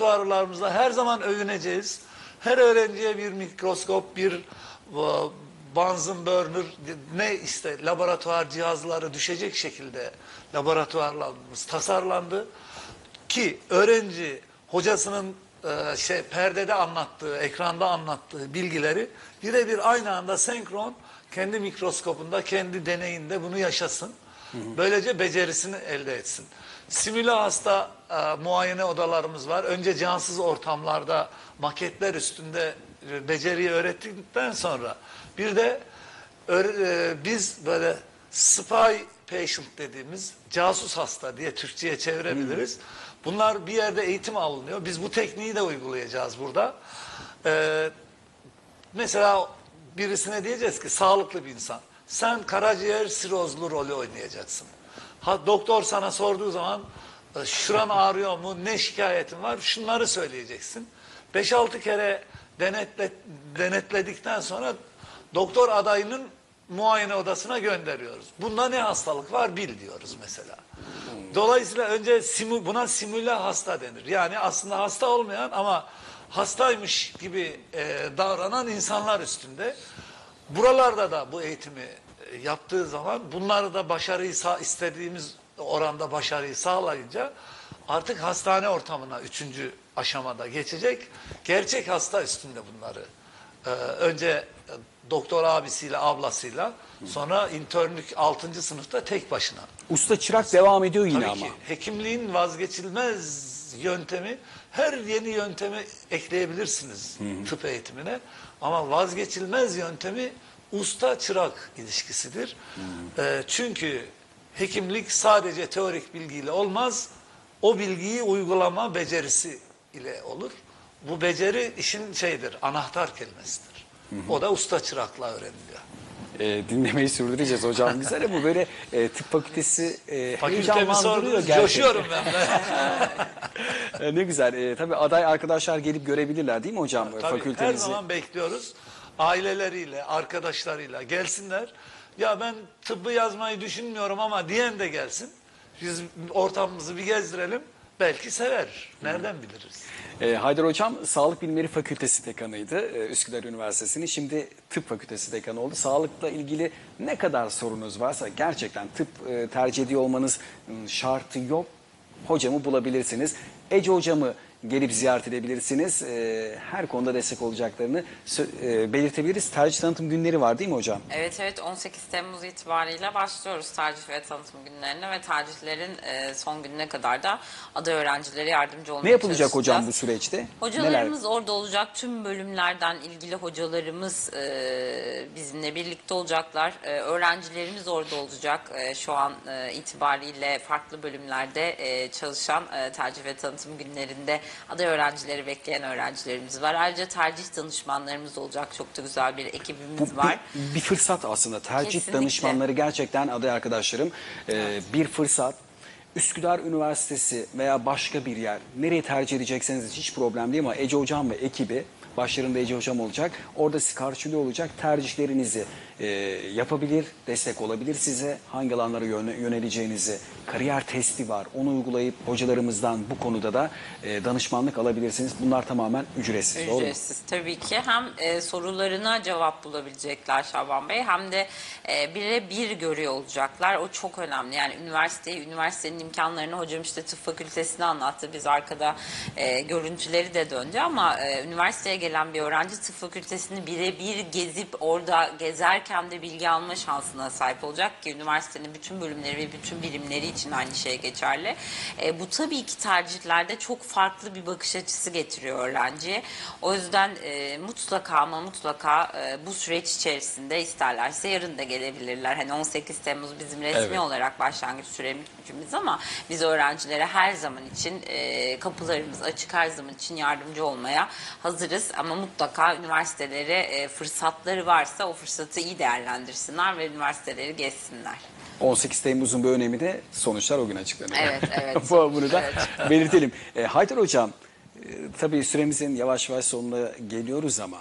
Laboratuvarlarımızda her zaman övüneceğiz. Her öğrenciye bir mikroskop, bir e, Bunsen burner ne işte laboratuvar cihazları düşecek şekilde laboratuvarlarımız tasarlandı ki öğrenci hocasının e, şey perdede anlattığı, ekranda anlattığı bilgileri birebir aynı anda senkron kendi mikroskopunda, kendi deneyinde bunu yaşasın. Böylece becerisini elde etsin. Simüle hasta e, muayene odalarımız var. Önce cansız ortamlarda maketler üstünde e, beceriyi öğrettikten sonra bir de e, biz böyle spy patient dediğimiz casus hasta diye Türkçe'ye çevirebiliriz. Bunlar bir yerde eğitim alınıyor. Biz bu tekniği de uygulayacağız burada. E, mesela birisine diyeceğiz ki sağlıklı bir insan. Sen karaciğer sirozlu rolü oynayacaksın. Ha, doktor sana sorduğu zaman şuran ağrıyor mu, ne şikayetin var, şunları söyleyeceksin. beş altı kere denetle, denetledikten sonra doktor adayının muayene odasına gönderiyoruz. Bunda ne hastalık var bil diyoruz mesela. Dolayısıyla önce simü, buna simüle hasta denir. Yani aslında hasta olmayan ama hastaymış gibi e, davranan insanlar üstünde. Buralarda da bu eğitimi e, yaptığı zaman bunları da başarıyı sağ, istediğimiz oranda başarıyı sağlayınca artık hastane ortamına üçüncü aşamada geçecek. Gerçek hasta üstünde bunları. Ee, önce e, doktor abisiyle ablasıyla sonra internlük altıncı sınıfta tek başına. Usta çırak devam ediyor yine Tabii ama. ki hekimliğin vazgeçilmez yöntemi, her yeni yöntemi ekleyebilirsiniz hı hı. tıp eğitimine. Ama vazgeçilmez yöntemi usta çırak ilişkisidir. Hı hı. E, çünkü hekimlik sadece teorik bilgiyle olmaz. O bilgiyi uygulama becerisi ile olur. Bu beceri işin şeydir, anahtar kelimesidir. Hı hı. O da usta çırakla öğreniliyor. E, dinlemeyi sürdüreceğiz hocam. Güzel bu böyle e, tıp fakültesi e, Fakültemi heyecanlandırıyor sordunuz, gerçekten. coşuyorum ben de. e, ne güzel. E, tabii aday arkadaşlar gelip görebilirler değil mi hocam? Tabii, Fakültenizi. her zaman bekliyoruz. Aileleriyle, arkadaşlarıyla gelsinler. Ya ben tıbbı yazmayı düşünmüyorum ama diyen de gelsin. Biz ortamımızı bir gezdirelim. Belki sever. Nereden biliriz? E, Haydar Hocam Sağlık Bilimleri Fakültesi dekanıydı e, Üsküdar Üniversitesi'nin. Şimdi Tıp Fakültesi dekanı oldu. Sağlıkla ilgili ne kadar sorunuz varsa gerçekten tıp e, tercih ediyor olmanız m, şartı yok. Hocamı bulabilirsiniz. Ece hocamı gelip ziyaret edebilirsiniz. E, her konuda destek olacaklarını e, belirtebiliriz. Tercih tanıtım günleri var değil mi hocam? Evet evet on sekiz Temmuz itibariyle başlıyoruz tercih ve tanıtım günlerine ve tercihlerin e, son gününe kadar da aday öğrencilere yardımcı olmaya Ne yapılacak çalışacağız. hocam bu süreçte? Hocalarımız Neler? orada olacak. Tüm bölümlerden ilgili hocalarımız e, bizimle birlikte olacaklar. E, öğrencilerimiz orada olacak. E, şu an e, itibariyle farklı bölümlerde e, çalışan e, tercih ve tanıtım günlerinde aday öğrencileri bekleyen öğrencilerimiz var. Ayrıca tercih danışmanlarımız olacak. Çok da güzel bir ekibimiz Bu var. bir, bir fırsat aslında. Tercih Kesinlikle. danışmanları gerçekten aday arkadaşlarım. Ee, bir fırsat. Üsküdar Üniversitesi veya başka bir yer. Nereye tercih edecekseniz hiç problem değil ama Ece Hocam ve ekibi, başlarında Ece Hocam olacak. Orada sizi karşılıyor olacak. Tercihlerinizi e, yapabilir, destek olabilir size. Hangi alanlara yöne, yöneleceğinizi, kariyer testi var. Onu uygulayıp hocalarımızdan bu konuda da e, danışmanlık alabilirsiniz. Bunlar tamamen ücretsiz. Doğru mu? Ücretsiz tabii ki. Hem e, sorularına cevap bulabilecekler Şaban Bey hem de e, birebir görüyor olacaklar. O çok önemli. Yani üniversiteyi, üniversitenin imkanlarını hocam işte tıp fakültesini anlattı. Biz arkada e, görüntüleri de döndü ama e, üniversiteye gelen bir öğrenci tıp fakültesini birebir gezip orada gezerken de bilgi alma şansına sahip olacak ki üniversitenin bütün bölümleri ve bütün birimleri için aynı şey geçerli. E, bu tabii ki tercihlerde çok farklı bir bakış açısı getiriyor öğrenciye. O yüzden e, mutlaka ama mutlaka e, bu süreç içerisinde isterlerse yarın da gelebilirler. Hani on sekiz Temmuz bizim resmi Evet. olarak başlangıç süremiz ama biz öğrencilere her zaman için e, kapılarımız açık, her zaman için yardımcı olmaya hazırız. Ama mutlaka üniversitelere e, fırsatları varsa o fırsatı iyi değerlendirsinler ve üniversiteleri gezsinler. on sekiz Temmuz'un bir önemi de sonuçlar o gün açıklanıyor. Evet, evet. Bu- Bunu da Evet. belirtelim. E, Haydar Hocam, e, tabii süremizin yavaş yavaş sonuna geliyoruz ama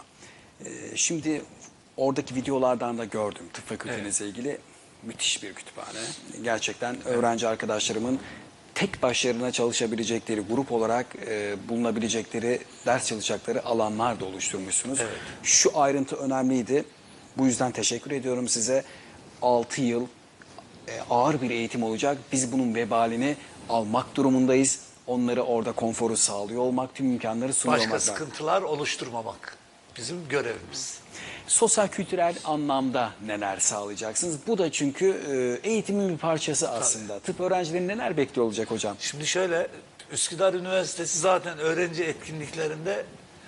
e, şimdi oradaki videolardan da gördüm tıp fakültenizle ilgili müthiş bir kütüphane. Gerçekten öğrenci arkadaşlarımın tek başlarına çalışabilecekleri, grup olarak e, bulunabilecekleri, ders çalışacakları alanlar da oluşturmuşsunuz. Evet. Şu ayrıntı önemliydi. Bu yüzden teşekkür ediyorum size. altı yıl e, ağır bir eğitim olacak. Biz bunun vebalini almak durumundayız. Onları orada konforu sağlıyor olmak, tüm imkanları sunuyor Başka olmak lazım. sıkıntılar oluşturmamak bizim görevimiz. Sosyal kültürel anlamda neler sağlayacaksınız? Bu da çünkü e, eğitimin bir parçası aslında. Tıp öğrencileri neler bekliyor olacak hocam? Şimdi şöyle, Üsküdar Üniversitesi zaten öğrenci etkinliklerinde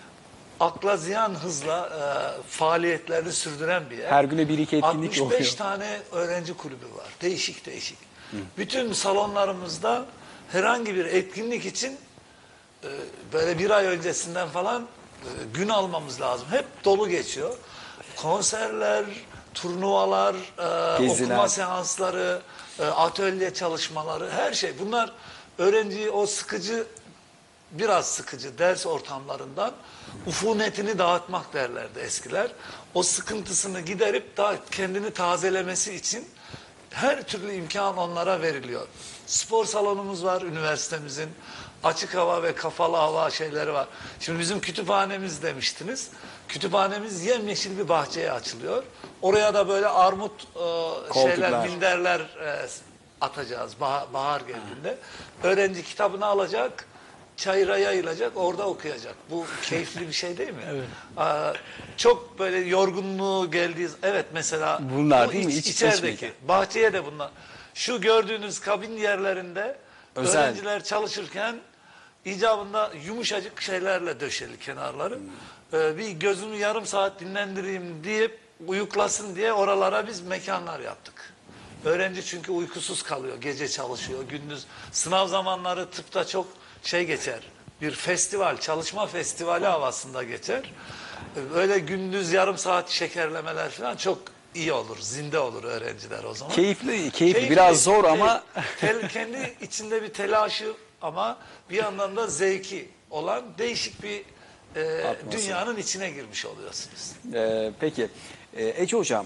akla ziyan hızla e, faaliyetlerini sürdüren bir yer. Her güne bir iki etkinlik altmış beş oluyor. tane öğrenci kulübü var. Değişik değişik. Hı. Bütün salonlarımızda herhangi bir etkinlik için e, böyle bir ay öncesinden falan e, gün almamız lazım. Hep dolu geçiyor. Konserler, turnuvalar, e, Geziler. okuma seansları, e, atölye çalışmaları, her şey. Bunlar öğrenciyi o sıkıcı, biraz sıkıcı ders ortamlarından ufunetini dağıtmak derlerdi eskiler. O sıkıntısını giderip daha kendini tazelemesi için her türlü imkan onlara veriliyor. Spor salonumuz var üniversitemizin. Açık hava ve kapalı hava şeyleri var. Şimdi bizim kütüphanemiz demiştiniz. Kütüphanemiz yemyeşil bir bahçeye açılıyor. Oraya da böyle armut e, şeyler, minderler e, atacağız bahar, bahar geldiğinde. Öğrenci kitabını alacak, çayıra yayılacak, orada okuyacak. Bu keyifli bir şey değil mi? Evet. Aa, çok böyle yorgunluğu geldiği, evet mesela bunlar bu değil mi? iç, İç, içerideki içmeyken. bahçeye de bunlar. Şu gördüğünüz kabin yerlerinde Özel. öğrenciler çalışırken icabında yumuşacık şeylerle döşeli kenarları. Hmm. Ee, bir gözümü yarım saat dinlendireyim deyip uyuklasın diye oralara biz mekanlar yaptık. Öğrenci çünkü uykusuz kalıyor, gece çalışıyor, gündüz. Sınav zamanları tıpta çok şey geçer, bir festival, çalışma festivali havasında geçer. Öyle gündüz yarım saat şekerlemeler falan çok iyi olur, zinde olur öğrenciler o zaman. Keyifli, keyifli, Keyifli, biraz zor keyifli. ama... Tel, kendi içinde bir telaşı ama bir yandan da zevki olan değişik bir e, dünyanın içine girmiş oluyorsunuz. Ee, peki, ee, Ece Hocam,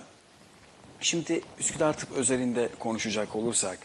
şimdi Üsküdar Tıp özelinde konuşacak olursak,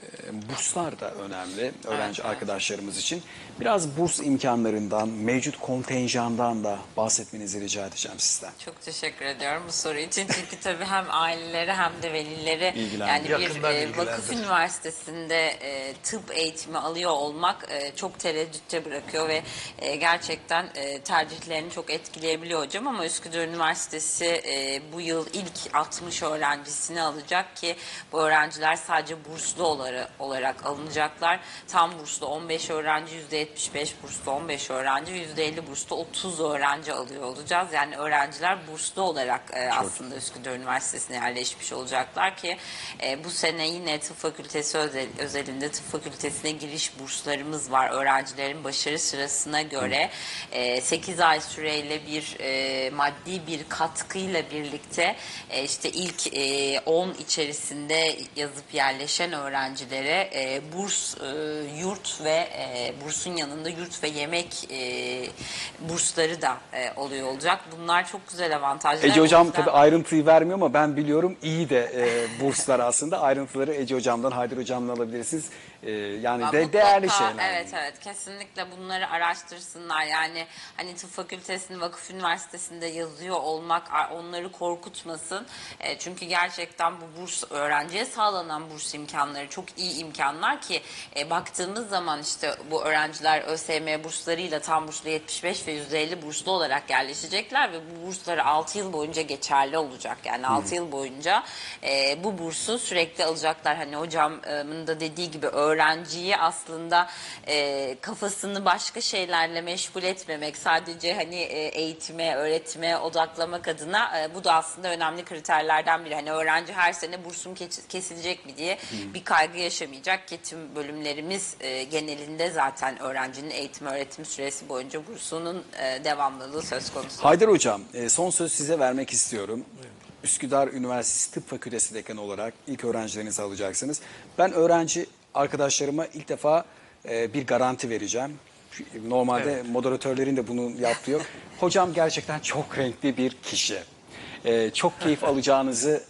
e, burslar da önemli öğrenci Evet, arkadaşlarımız için. Biraz burs imkanlarından, mevcut kontenjandan da bahsetmenizi rica edeceğim sizden. Çok teşekkür ediyorum bu soru için. Çünkü tabii hem aileleri hem de velileri yani bir Yakından e, ilgilendir. vakıf üniversitesinde e, tıp eğitimi alıyor olmak e, çok tereddütte bırakıyor ve e, gerçekten e, tercihlerini çok etkileyebiliyor hocam. Ama Üsküdar Üniversitesi e, bu yıl ilk altmış öğrencisini alacak ki bu öğrenciler sadece burslu olarak, olarak alınacaklar. Tam burslu on beş öğrenci, yüzde yetmiş beş burslu on beş öğrenci, yüzde elli burslu otuz öğrenci alıyor olacağız. Yani öğrenciler burslu olarak e, aslında Üsküdar Üniversitesi'ne yerleşmiş olacaklar ki e, bu sene yine tıp fakültesi özel, özelinde tıp fakültesine giriş burslarımız var. Öğrencilerin başarı sırasına göre e, sekiz ay süreyle bir e, maddi bir katkıyla birlikte e, işte ilk e, on içerisinde yazıp yerleşen öğrencilere e, burs, e, yurt ve e, bursun yanında yurt ve yemek e, bursları da e, oluyor olacak. Bunlar çok güzel avantajlar. Ece Hocam yüzden... tabii ayrıntıyı vermiyor ama ben biliyorum iyi de e, burslar aslında. Ayrıntıları Ece Hocam'dan, Haydar Hocam'dan alabilirsiniz. E, yani Ama de mutlaka, değerli şeyler. Evet evet kesinlikle bunları araştırsınlar. Yani hani tıp fakültesinin vakıf üniversitesinde yazıyor olmak onları korkutmasın. E, çünkü gerçekten bu burs öğrenciye sağlanan burs imkanları çok iyi imkanlar ki e, baktığımız zaman işte bu öğrenciler ÖSYM burslarıyla tam burslu yetmiş beş ve yüzde elli burslu olarak yerleşecekler ve bu bursları altı yıl boyunca geçerli olacak. Yani hmm. altı yıl boyunca e, bu bursu sürekli alacaklar. Hani hocamın da dediği gibi öğrenciyi aslında e, kafasını başka şeylerle meşgul etmemek, sadece hani e, eğitime, öğretime odaklamak adına e, bu da aslında önemli kriterlerden biri. Hani öğrenci her sene bursum kesilecek mi diye hmm. bir kaygı yaşamayacak ki tüm bölümlerimiz e, genelinde zaten öğrencinin eğitim öğretim süresi boyunca bursunun e, devamlılığı söz konusu. Haydar Hocam, e, son söz size vermek istiyorum. Üsküdar Üniversitesi Tıp Fakültesi dekanı olarak ilk öğrencilerinizi alacaksınız. Ben öğrenci arkadaşlarıma ilk defa e, bir garanti vereceğim. Normalde evet. moderatörlerin de bunu yaptığı yok. Hocam gerçekten çok renkli bir kişi. E, çok keyif alacağınızı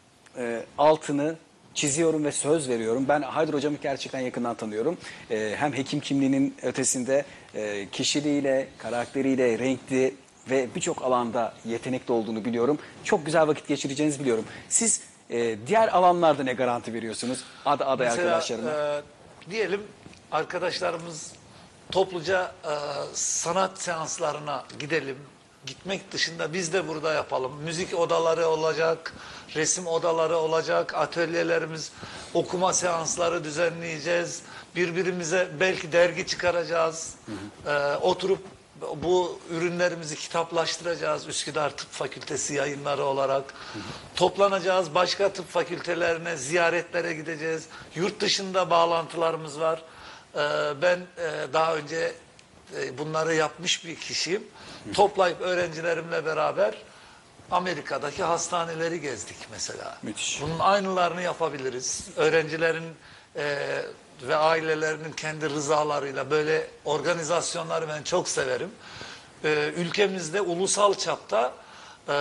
e, altını çiziyorum ve söz veriyorum. Ben Haydar Hocam'ı gerçekten yakından tanıyorum. E, hem hekim kimliğinin ötesinde e, kişiliğiyle, karakteriyle, renkli, ve birçok alanda yetenekli olduğunu biliyorum. Çok güzel vakit geçireceğinizi biliyorum. Siz e, diğer alanlarda ne garanti veriyorsunuz ad aday Mesela arkadaşlarına? e, diyelim arkadaşlarımız topluca e, sanat seanslarına gidelim. Gitmek dışında biz de burada yapalım. Müzik odaları olacak, resim odaları olacak, atölyelerimiz, okuma seansları düzenleyeceğiz. Birbirimize belki dergi çıkaracağız. Hı hı. E, oturup bu ürünlerimizi kitaplaştıracağız. Üsküdar Tıp Fakültesi yayınları olarak. Hı hı. Toplanacağız. Başka tıp fakültelerine ziyaretlere gideceğiz. Yurt dışında bağlantılarımız var. Ee, ben e, daha önce e, bunları yapmış bir kişiyim. Hı hı. Toplayıp öğrencilerimle beraber Amerika'daki hastaneleri gezdik mesela. Müthiş. Bunun aynılarını yapabiliriz. Öğrencilerin e, ve ailelerinin kendi rızalarıyla böyle organizasyonları ben çok severim. Ee, ülkemizde ulusal çapta e,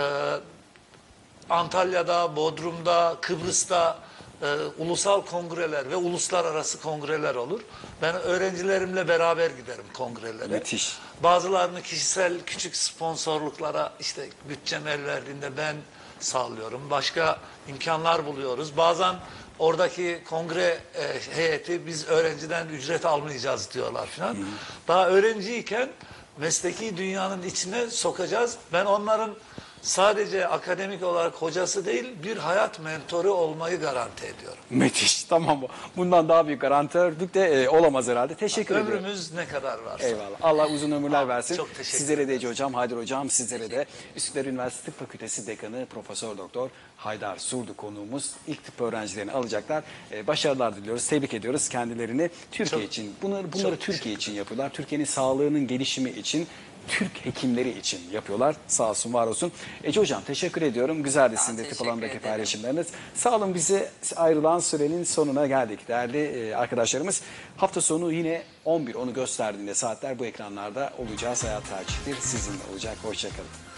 Antalya'da, Bodrum'da, Kıbrıs'ta e, ulusal kongreler ve uluslararası kongreler olur. Ben öğrencilerimle beraber giderim kongrelere. Müthiş. Bazılarını kişisel küçük sponsorluklara işte bütçem el verdiğinde ben sağlıyorum. Başka imkanlar buluyoruz. Bazen oradaki kongre e, heyeti biz öğrenciden ücret almayacağız diyorlar falan. Hı. Daha öğrenciyken mesleki dünyanın içine sokacağız. Ben onların sadece akademik olarak hocası değil, bir hayat mentoru olmayı garanti ediyorum. Müthiş. Tamam. Bundan daha büyük garantörlük de e, olamaz herhalde. Teşekkür ederim. Ömrümüz ne kadar varsa. Eyvallah. Allah uzun ömürler versin. Çok teşekkür Sizlere de Ece Hocam, Haydar Hocam, sizlere de Üsküdar Üniversitesi Tıp Fakültesi Dekanı Profesör Doktor Haydar Surdu konuğumuz. İlk tıp öğrencilerini alacaklar. Ee, başarılar diliyoruz. Tebrik ediyoruz kendilerini. Türkiye Çok, için. Bunları, bunları Türkiye için yapıyorlar. Türkiye'nin sağlığının gelişimi için, Türk hekimleri için yapıyorlar. Sağ olsun, var olsun. Ece Hocam teşekkür ediyorum. Güzeldi sizin de tıp teşekkür alanındaki ederim. paylaşımlarınız. Sağ olun, bize ayrılan sürenin sonuna geldik değerli e, arkadaşlarımız. Hafta sonu yine on bir onu gösterdiğinde saatler bu ekranlarda olacağız. Hayat tercihtir sizinle olacak. Hoşçakalın.